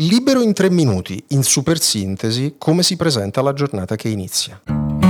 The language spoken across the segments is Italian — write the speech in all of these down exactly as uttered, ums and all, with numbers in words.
Libero in tre minuti, in super sintesi, come si presenta la giornata che inizia.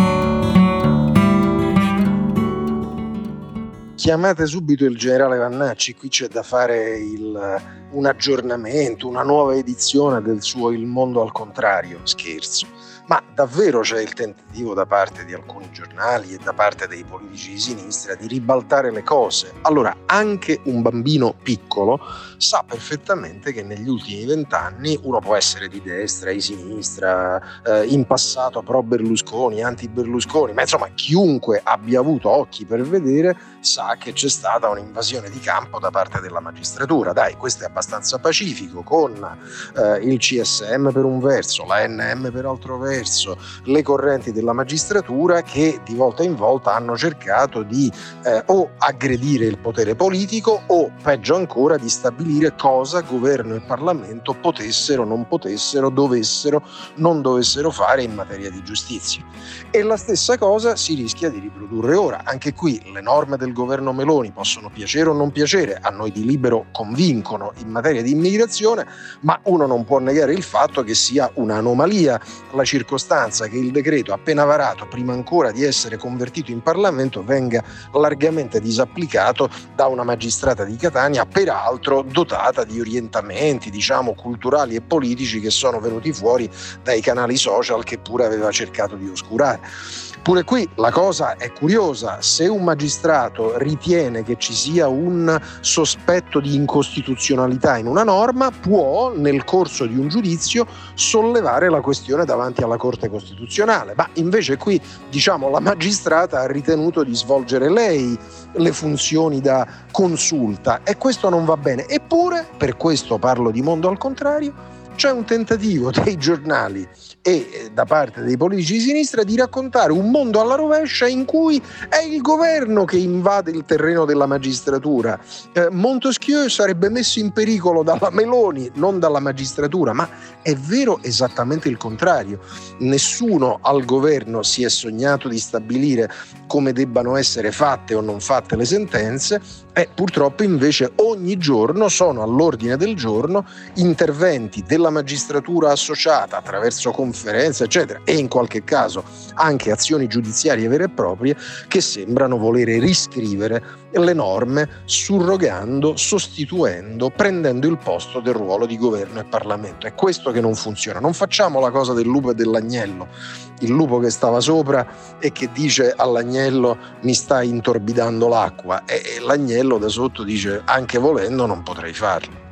Chiamate subito il generale Vannacci, qui c'è da fare il, un aggiornamento, una nuova edizione del suo Il mondo al contrario. Scherzo. Ma davvero c'è il tentativo da parte di alcuni giornali e da parte dei politici di sinistra di ribaltare le cose? Allora, anche un bambino piccolo sa perfettamente che negli ultimi vent'anni uno può essere di destra, di sinistra, eh, in passato pro Berlusconi, anti Berlusconi, ma insomma chiunque abbia avuto occhi per vedere sa che c'è stata un'invasione di campo da parte della magistratura. Dai, questo è abbastanza pacifico, con eh, il C S M per un verso, la N M per altro verso, le correnti della magistratura che di volta in volta hanno cercato di eh, o aggredire il potere politico o, peggio ancora, di stabilire cosa governo e Parlamento potessero, non potessero, dovessero, non dovessero fare in materia di giustizia. E la stessa cosa si rischia di riprodurre ora. Anche qui le norme del governo Meloni possono piacere o non piacere, a noi di Libero convincono in materia di immigrazione, ma uno non può negare il fatto che sia un'anomalia la circostanza che il decreto appena varato, prima ancora di essere convertito in Parlamento, venga largamente disapplicato da una magistrata di Catania, peraltro dotata di orientamenti, diciamo, culturali e politici che sono venuti fuori dai canali social che pure aveva cercato di oscurare. Pure qui la cosa è curiosa: se un magistrato ritiene che ci sia un sospetto di incostituzionalità in una norma, può nel corso di un giudizio sollevare la questione davanti alla Corte Costituzionale, ma invece qui, diciamo, la magistrata ha ritenuto di svolgere lei le funzioni da consulta e questo non va bene. Eppure, per questo parlo di mondo al contrario, c'è un tentativo dei giornali e da parte dei politici di sinistra di raccontare un mondo alla rovescia in cui è il governo che invade il terreno della magistratura. Eh, Montesquieu sarebbe messo in pericolo dalla Meloni, non dalla magistratura, ma è vero esattamente il contrario. Nessuno al governo si è sognato di stabilire come debbano essere fatte o non fatte le sentenze e purtroppo invece ogni giorno sono all'ordine del giorno interventi della magistratura associata attraverso conferenze eccetera e in qualche caso anche azioni giudiziarie vere e proprie che sembrano volere riscrivere le norme surrogando, sostituendo, prendendo il posto del ruolo di governo e Parlamento. È questo che non funziona. Non facciamo la cosa del lupo e dell'agnello, il lupo che stava sopra e che dice all'agnello mi stai intorbidando l'acqua e l'agnello da sotto dice anche volendo non potrei farlo.